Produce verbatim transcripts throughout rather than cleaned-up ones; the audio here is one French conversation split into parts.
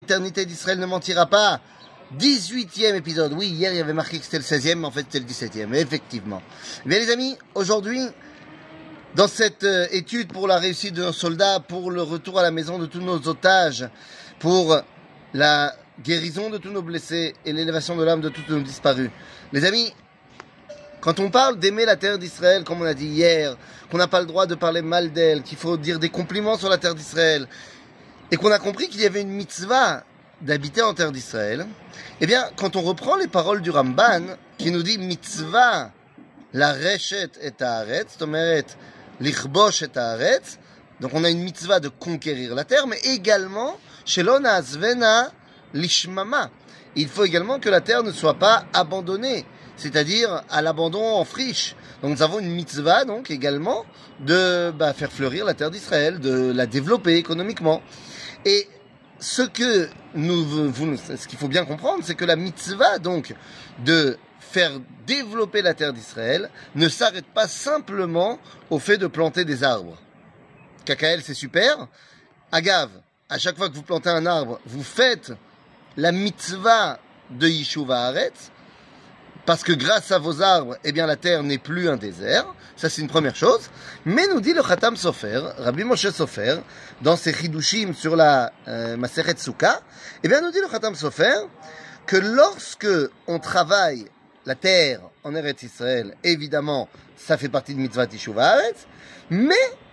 l'éternité d'Israël ne mentira pas. dix-huitième épisode. Oui, hier il y avait marqué que c'était le seizième, mais en fait c'était le dix-septième. Effectivement. Bien les amis, aujourd'hui, dans cette euh, étude pour la réussite de nos soldats, pour le retour à la maison de tous nos otages, pour la guérison de tous nos blessés et l'élévation de l'âme de tous nos disparus. Les amis, quand on parle d'aimer la terre d'Israël, comme on a dit hier, qu'on n'a pas le droit de parler mal d'elle, qu'il faut dire des compliments sur la terre d'Israël, et qu'on a compris qu'il y avait une mitzvah d'habiter en terre d'Israël, eh bien, quand on reprend les paroles du Ramban, qui nous dit mitzvah la reshet et haaretz, tomeret lichbosh et haaretz, donc on a une mitzvah de conquérir la terre, mais également shelo na'azvena lishmama. Il faut également que la terre ne soit pas abandonnée, c'est-à-dire à l'abandon en friche. Donc nous avons une mitzvah donc également de bah, faire fleurir la terre d'Israël, de la développer économiquement. Et ce que nous, vous, ce qu'il faut bien comprendre, c'est que la mitzvah donc de faire développer la terre d'Israël ne s'arrête pas simplement au fait de planter des arbres. K K L c'est super. Agave, à chaque fois que vous plantez un arbre, vous faites la mitzvah de Yishuv Haaretz, parce que grâce à vos arbres, eh bien la terre n'est plus un désert. Ça c'est une première chose. Mais nous dit le Khatam Sofer, Rabbi Moshe Sofer, dans ses Chidushim sur la euh, Maseret Souka, eh bien nous dit le Khatam Sofer que lorsque on travaille la terre en Eretz Israël, évidemment, ça fait partie de mitzvah Yishuv Haaretz, mais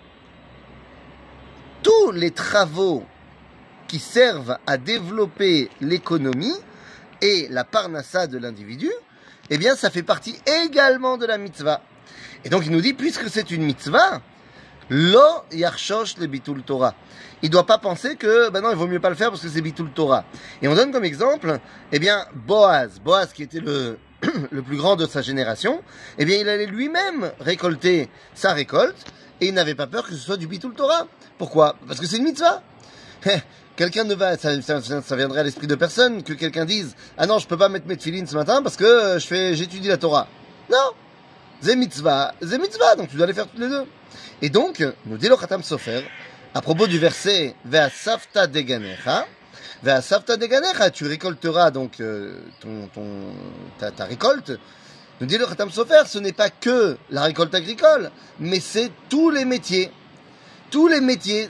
tous les travaux qui servent à développer l'économie et la parnassa de l'individu, eh bien, ça fait partie également de la mitzvah. Et donc, il nous dit, puisque c'est une mitzvah, lo yarshosh le bitul Torah. Il ne doit pas penser que, ben non, il vaut mieux pas le faire parce que c'est bitul Torah. Et on donne comme exemple, eh bien, Boaz, Boaz qui était le, le plus grand de sa génération, eh bien, il allait lui-même récolter sa récolte et il n'avait pas peur que ce soit du bitul Torah. Pourquoi? Parce que c'est une mitzvah. Quelqu'un ne va, ça, ça, ça viendrait à l'esprit de personne que quelqu'un dise « Ah non, je peux pas mettre mes tefilines ce matin parce que je fais, j'étudie la Torah. » Non, c'est mitzvah, c'est mitzvah, donc tu dois les faire toutes les deux. Et donc, nous dit le Khatam Sofer, à propos du verset « Ve'asafta deganecha » Ve'asafta deganecha, tu récolteras donc euh, ton, ton, ta, ta récolte. Nous dit le Khatam Sofer, ce n'est pas que la récolte agricole, mais c'est tous les métiers. Tous les métiers,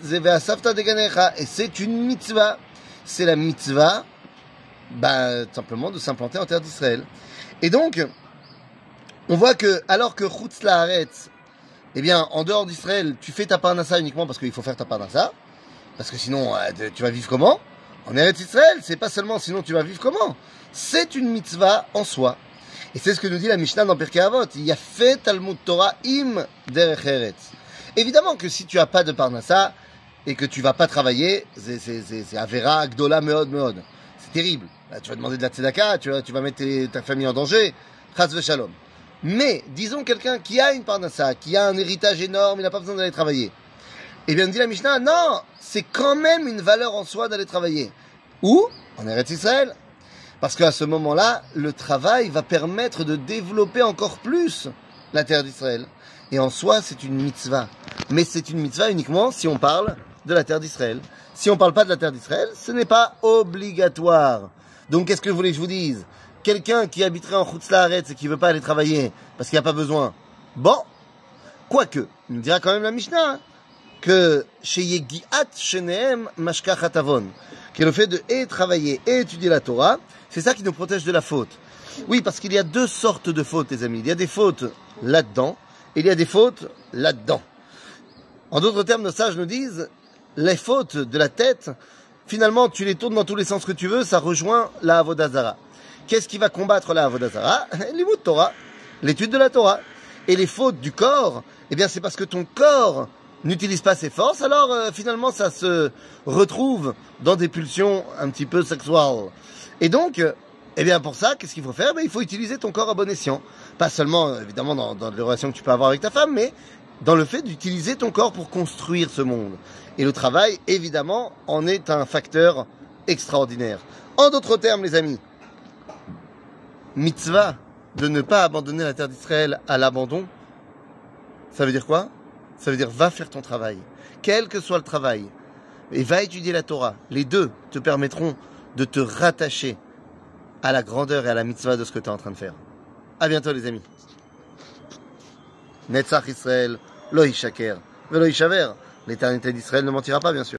et c'est une mitzvah. C'est la mitzvah, bah, simplement de s'implanter en terre d'Israël. Et donc, on voit que, alors que Chutz La'aretz, eh bien, en dehors d'Israël, tu fais ta parnassa uniquement parce qu'il faut faire ta parnassa, parce que sinon, tu vas vivre comment? En Eretz Israël, c'est pas seulement sinon tu vas vivre comment? C'est une mitzvah en soi. Et c'est ce que nous dit la Mishnah dans Pirkei Avot. Il y a fait Talmud Torah im derech eretz. Évidemment que si tu as pas de parnassa et que tu vas pas travailler, c'est, c'est, c'est, c'est avera gdola meod meod. C'est terrible. Là, tu vas demander de la tzedaka, tu vas, tu vas mettre tes, ta famille en danger. Chas v'shalom. Mais, disons quelqu'un qui a une parnassa, qui a un héritage énorme, il n'a pas besoin d'aller travailler. Eh bien, dit la Mishnah, non, c'est quand même une valeur en soi d'aller travailler. Où? En Eretz Israël. Parce qu'à ce moment-là, le travail va permettre de développer encore plus la terre d'Israël. Et en soi, c'est une mitzvah. Mais c'est une mitzvah uniquement si on parle de la terre d'Israël. Si on ne parle pas de la terre d'Israël, ce n'est pas obligatoire. Donc, qu'est-ce que vous voulez que je vous dise? Quelqu'un qui habiterait en Chutz La'aretz et qui ne veut pas aller travailler parce qu'il n'y a pas besoin. Bon, quoique, il me dira quand même la Mishnah hein, que chez Yegiat Shenehem Mashkachat Avon, qui est le fait de et travailler et étudier la Torah, c'est ça qui nous protège de la faute. Oui, parce qu'il y a deux sortes de fautes, les amis. Il y a des fautes là-dedans. Il y a des fautes là-dedans. En d'autres termes, nos sages nous disent, les fautes de la tête, finalement, tu les tournes dans tous les sens que tu veux, ça rejoint la Avodah Zara. Qu'est-ce qui va combattre la Avodah Zara? L'Imout Torah, l'étude de la Torah. Et les fautes du corps, eh bien, c'est parce que ton corps n'utilise pas ses forces, alors euh, finalement, ça se retrouve dans des pulsions un petit peu sexuelles. Et donc, eh bien, pour ça, qu'est-ce qu'il faut faire? Ben, il faut utiliser ton corps à bon escient. Pas seulement, évidemment, dans, dans les relations que tu peux avoir avec ta femme, mais dans le fait d'utiliser ton corps pour construire ce monde. Et le travail, évidemment, en est un facteur extraordinaire. En d'autres termes, les amis, mitzvah de ne pas abandonner la terre d'Israël à l'abandon, ça veut dire quoi? Ça veut dire va faire ton travail, quel que soit le travail, et va étudier la Torah. Les deux te permettront de te rattacher à la grandeur et à la mitzvah de ce que tu es en train de faire. À bientôt les amis. Netzach Israël, lo yishaker, velo yishaver. L'éternité d'Israël ne mentira pas bien sûr.